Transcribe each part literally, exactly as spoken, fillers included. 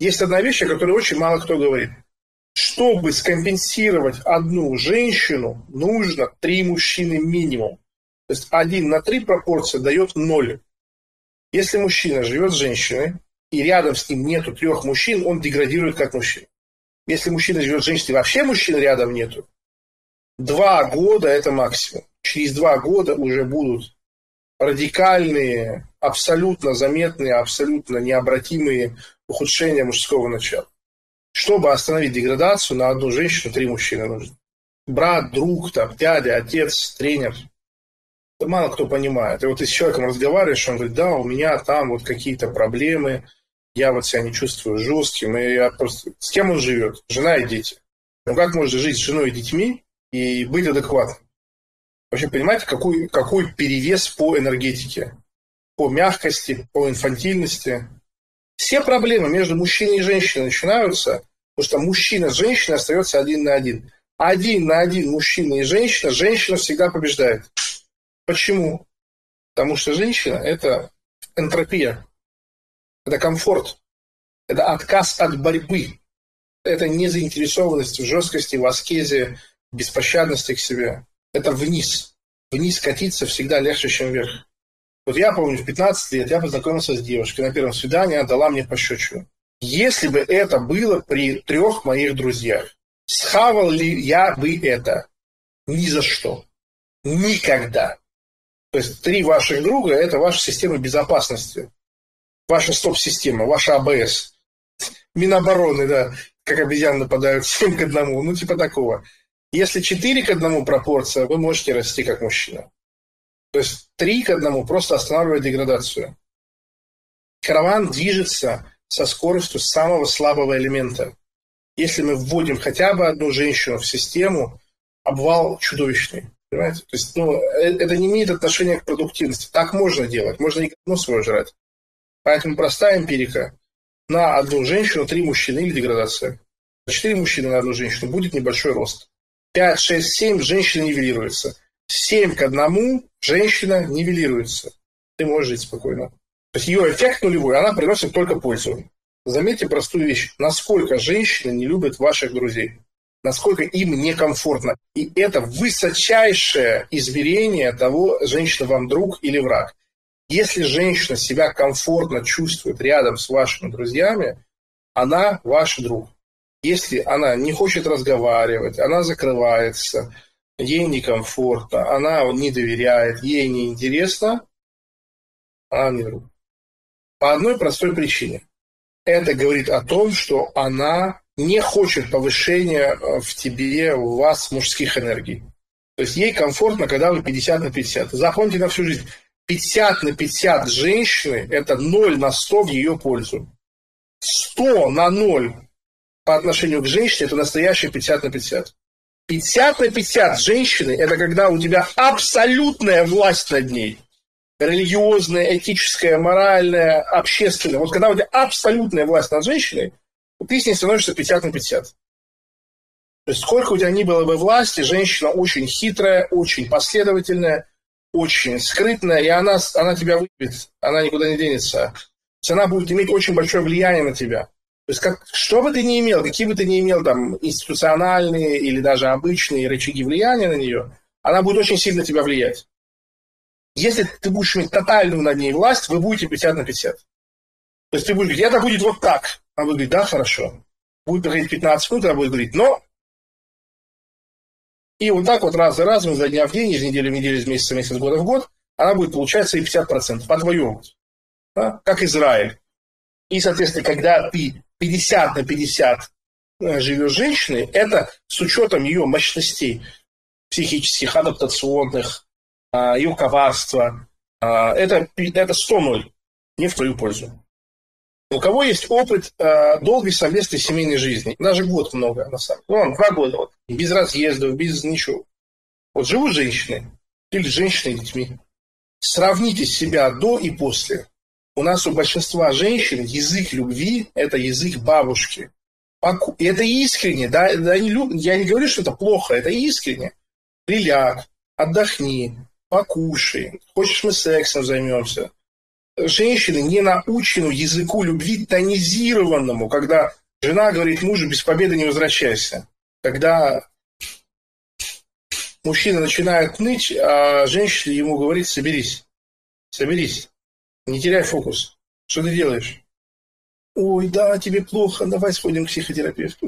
Есть одна вещь, о которой очень мало кто говорит. Чтобы скомпенсировать одну женщину, нужно три мужчины минимум. То есть один на три пропорция дает ноль. Если мужчина живет с женщиной, и рядом с ним нету трех мужчин, он деградирует как мужчина. Если мужчина живет с женщиной, и вообще мужчин рядом нету, два года это максимум. Через два года уже будут радикальные, абсолютно заметные, абсолютно необратимые ухудшения мужского начала. Чтобы остановить деградацию, на одну женщину три мужчины нужно. Брат, друг, там, дядя, отец, тренер. Это мало кто понимает. И вот ты с человеком разговариваешь, он говорит, да, у меня там вот какие-то проблемы, я вот себя не чувствую жестким, и я просто... С кем он живет? Жена и дети. Ну как можно жить с женой и детьми и быть адекватным? Вообще понимаете, какой, какой перевес по энергетике, по мягкости, по инфантильности? Все проблемы между мужчиной и женщиной начинаются, потому что мужчина с женщиной остается один на один. Один на один мужчина и женщина, женщина всегда побеждает. Почему? Потому что женщина – это энтропия, это комфорт, это отказ от борьбы, это незаинтересованность в жесткости, в аскезе, в беспощадности к себе. Это вниз. Вниз катиться всегда легче, чем вверх. Вот я помню, в пятнадцать лет я познакомился с девушкой на первом свидании, она дала мне пощечину. Если бы это было при трех моих друзьях, схавал ли я бы это? Ни за что. Никогда. То есть три ваших друга – это ваша система безопасности. Ваша стоп-система, ваша АБС. Минобороны, да, как обезьяны нападают семь к одному, ну типа такого. Если четыре к одному пропорция, вы можете расти как мужчина. То есть три к одному просто останавливает деградацию. Караван движется со скоростью самого слабого элемента. Если мы вводим хотя бы одну женщину в систему, обвал чудовищный. Понимаете? То есть, ну, это не имеет отношения к продуктивности. Так можно делать. Можно и говно свое жрать. Поэтому простая эмпирика. На одну женщину три мужчины или деградация. Четыре мужчины на одну женщину будет небольшой рост. пять, шесть, семь женщина нивелируется. семь к одному женщина нивелируется. Ты можешь жить спокойно. То есть ее эффект нулевой, она приносит только пользу. Заметьте простую вещь. Насколько женщины не любят ваших друзей. Насколько им некомфортно. И это высочайшее измерение того, женщина вам друг или враг. Если женщина себя комфортно чувствует рядом с вашими друзьями, она ваш друг. Если она не хочет разговаривать, она закрывается, ей некомфортно, она не доверяет, ей неинтересно, она не друг. По одной простой причине. Это говорит о том, что она не хочет повышения в тебе, у вас мужских энергий. То есть ей комфортно, когда вы пятьдесят на пятьдесят. Запомните на всю жизнь. пятьдесят на пятьдесят женщины – это ноль на сто в ее пользу. сто на ноль по отношению к женщине – это настоящие пятьдесят на пятьдесят. пятьдесят на пятьдесят женщины – это когда у тебя абсолютная власть над ней. Религиозная, этическая, моральная, общественная. Вот когда у тебя абсолютная власть над женщиной, ты с ней становишься пятьдесят на пятьдесят. То есть сколько у тебя ни было бы власти, женщина очень хитрая, очень последовательная, очень скрытная, и она, она тебя выбьет, она никуда не денется. То есть она будет иметь очень большое влияние на тебя. То есть как, что бы ты ни имел, какие бы ты ни имел там институциональные или даже обычные рычаги влияния на нее, она будет очень сильно тебя влиять. Если ты будешь иметь тотальную над ней власть, вы будете пятьдесят на пятьдесят. То есть ты будешь говорить, это будет вот так. Она будет говорить, да, хорошо. Будет проходить пятнадцать минут, она будет говорить, но... И вот так вот раз за разом, изо дня в день, из недели в неделю, из месяца в месяц, года в год, она будет получать свои пятьдесят процентов, отвоевывать. Да? Как Израиль. И, соответственно, когда ты пятьдесят на пятьдесят живешь с женщиной, это с учетом ее мощностей психических, адаптационных, ее коварства, это, это сто ноль, не в твою пользу. У кого есть опыт э, долгой совместной семейной жизни, даже год много, на самом деле, ну, два года, вот, без разъездов, без ничего. Вот живут женщины или женщины с детьми. Сравните себя до и после. У нас у большинства женщин язык любви – это язык бабушки. И это искренне, да, да не люб... я не говорю, что это плохо, это искренне. Приляг, отдохни, покушай, хочешь мы сексом займемся. женщины не научены языку любви тонизированному, когда жена говорит мужу: без победы не возвращайся. Когда мужчина начинает ныть, а женщина ему говорит: соберись, соберись, не теряй фокус. Что ты делаешь? Ой, да, тебе плохо, давай сходим к психотерапевту.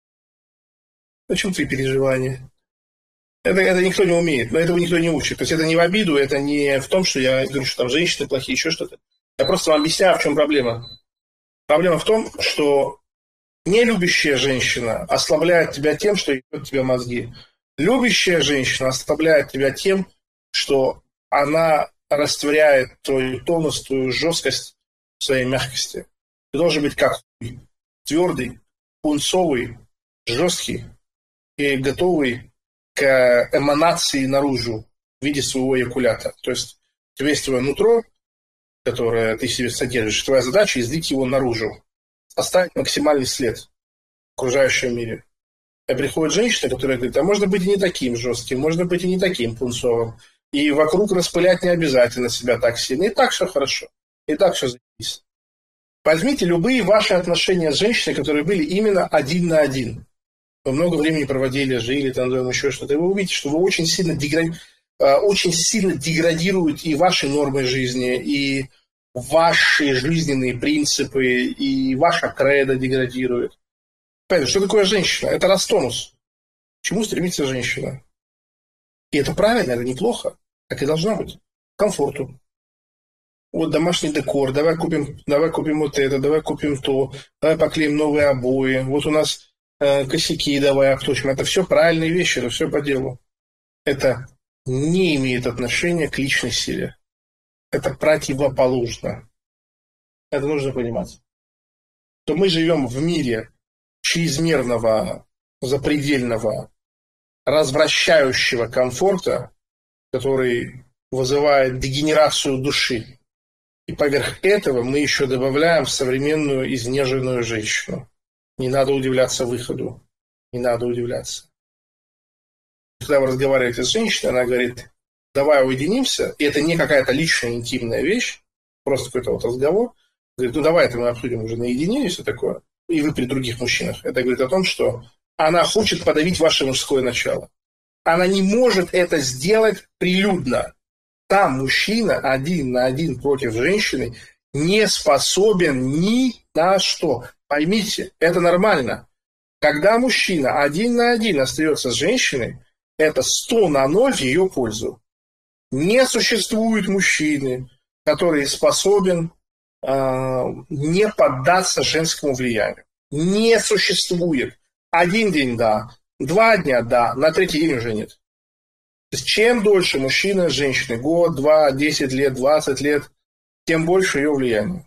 О чем твои переживания? Это, это никто не умеет, но этого никто не учит. То есть это не в обиду, это не в том, что я говорю, что там женщины плохие, еще что-то. Я просто вам объясняю, в чем проблема. Проблема в том, что нелюбящая женщина ослабляет тебя тем, что ебет тебе мозги. Любящая женщина ослабляет тебя тем, что она растворяет твою тонус, твою жесткость в своей мягкости. Ты должен быть как хуй. Твердый, пунцовый, жесткий и готовый к эманации наружу в виде своего эякулята. То есть у тебя есть твое нутро, которое ты себе содержишь. Твоя задача — излить его наружу, оставить максимальный след в окружающем мире. И приходит женщина, которая говорит: а можно быть и не таким жестким, можно быть и не таким пунцовым. И вокруг распылять не обязательно себя так сильно. И так все хорошо. И так все заебись. Возьмите любые ваши отношения с женщиной, которые были именно один на один. Вы много времени проводили, жили, там, там еще что-то. И вы увидите, что вы очень сильно, деград... очень сильно деградируете и ваши нормы жизни, и ваши жизненные принципы, и ваша кредо деградирует. Понимаете, что такое женщина? Это растонус. К чему стремится женщина? И это правильно, это неплохо. Так и должно быть. К комфорту. Вот домашний декор, давай купим, давай купим вот это, давай купим то, давай поклеим новые обои. Вот у нас э, косяки, давай обточим. Это все правильные вещи, это все по делу. Это не имеет отношения к личной силе. Это противоположно. Это нужно понимать. То мы живем в мире чрезмерного, запредельного, развращающего комфорта, который вызывает дегенерацию души. И поверх этого мы еще добавляем современную изнеженную женщину. Не надо удивляться выходу. Не надо удивляться. Когда вы разговариваете с женщиной, она говорит: давай уединимся. И это не какая-то личная интимная вещь, просто какой-то вот разговор. Говорит: ну давай это мы обсудим уже наедине и все такое. И вы при других мужчинах. Это говорит о том, что она хочет подавить ваше мужское начало. Она не может это сделать прилюдно. Там мужчина один на один против женщины не способен ни на что. Поймите, это нормально. Когда мужчина один на один остается с женщиной, это сто на ноль в ее пользу. Не существует мужчины, который способен э, не поддаться женскому влиянию. Не существует. Один день – да, два дня – да, на третий день уже нет. То есть чем дольше мужчина с женщиной, год, два, десять лет, двадцать лет, тем больше ее влияние.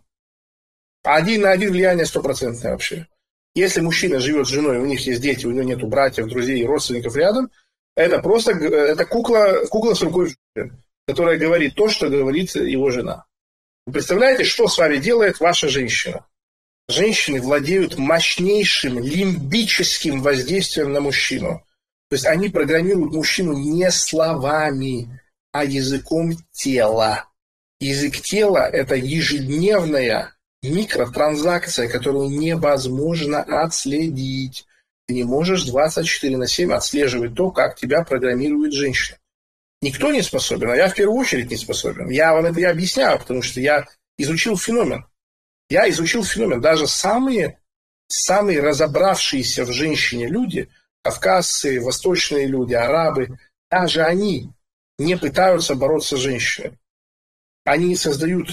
Один на один влияние стопроцентное вообще. Если мужчина живет с женой, у них есть дети, у него нет братьев, друзей, родственников рядом, это просто это кукла, кукла с рукой в жопе, которая говорит то, что говорит его жена. Вы представляете, что с вами делает ваша женщина? Женщины владеют мощнейшим лимбическим воздействием на мужчину. То есть они программируют мужчину не словами, а языком тела. Язык тела – это ежедневная микротранзакция, которую невозможно отследить. Ты не можешь двадцать четыре на семь отслеживать то, как тебя программирует женщина. Никто не способен, а я в первую очередь не способен. Я вам это и объясняю, потому что я изучил феномен. Я изучил феномен. Даже самые, самые разобравшиеся в женщине люди, кавказцы, восточные люди, арабы, даже они не пытаются бороться с женщиной. Они создают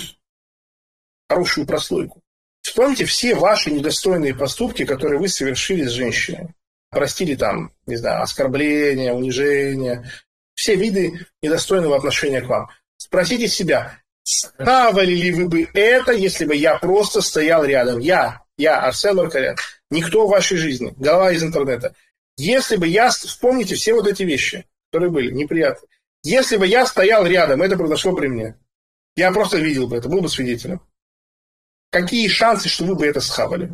хорошую прослойку. Вспомните все ваши недостойные поступки, которые вы совершили с женщиной. Простили там, не знаю, оскорбления, унижения, все виды недостойного отношения к вам. Спросите себя, схавали ли вы бы это, если бы я просто стоял рядом? Я, я, Арсен Маркарян, никто в вашей жизни, голова из интернета. Если бы я, вспомните все вот эти вещи, которые были неприятны. Если бы я стоял рядом, это произошло при мне. Я просто видел бы это, был бы свидетелем. Какие шансы, что вы бы это схавали?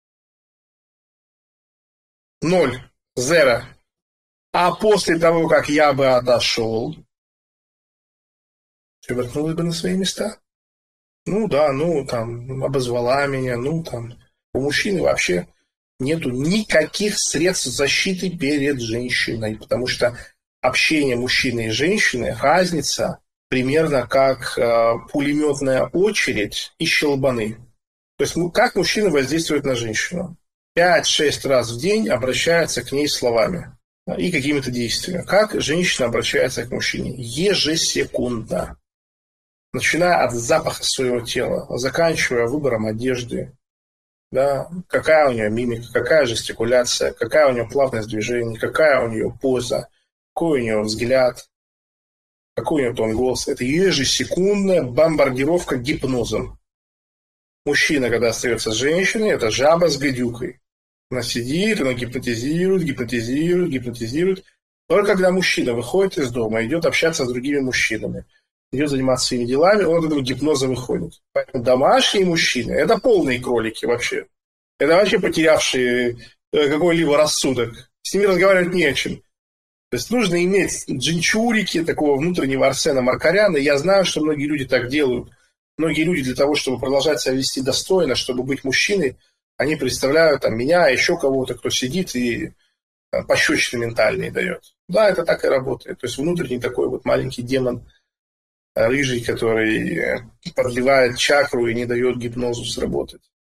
Ноль. Зеро. А после того, как я бы отошел, все вернулось бы на свои места. Ну да, ну там обозвала меня, ну там. У мужчины вообще нету никаких средств защиты перед женщиной, потому что общение мужчины и женщины, разница примерно как э, пулеметная очередь и щелбаны. То есть ну, как мужчина воздействует на женщину? Пять-шесть раз в день обращается к ней словами и какими-то действиями. Как женщина обращается к мужчине? Ежесекундно. Начиная от запаха своего тела, заканчивая выбором одежды, да, какая у нее мимика, какая жестикуляция, какая у нее плавность движений, какая у нее поза, какой у нее взгляд, какой у нее тон голоса. Это ежесекундная бомбардировка гипнозом. Мужчина, когда остается с женщиной, это жаба с гадюкой. Она сидит, она гипнотизирует, гипнотизирует, гипнотизирует. Только когда мужчина выходит из дома, идет общаться с другими мужчинами, идет заниматься своими делами, он от этого гипноза выходит. Поэтому домашние мужчины – это полные кролики вообще. Это вообще потерявшие какой-либо рассудок. С ними разговаривать не о чем. То есть нужно иметь джинчурики, такого внутреннего Арсена Маркаряна. Я знаю, что многие люди так делают. Многие люди для того, чтобы продолжать себя вести достойно, чтобы быть мужчиной, они представляют там, меня, еще кого-то, кто сидит и пощечины ментальные дает. Да, это так и работает. То есть внутренний такой вот маленький демон рыжий, который подливает чакру и не дает гипнозу сработать.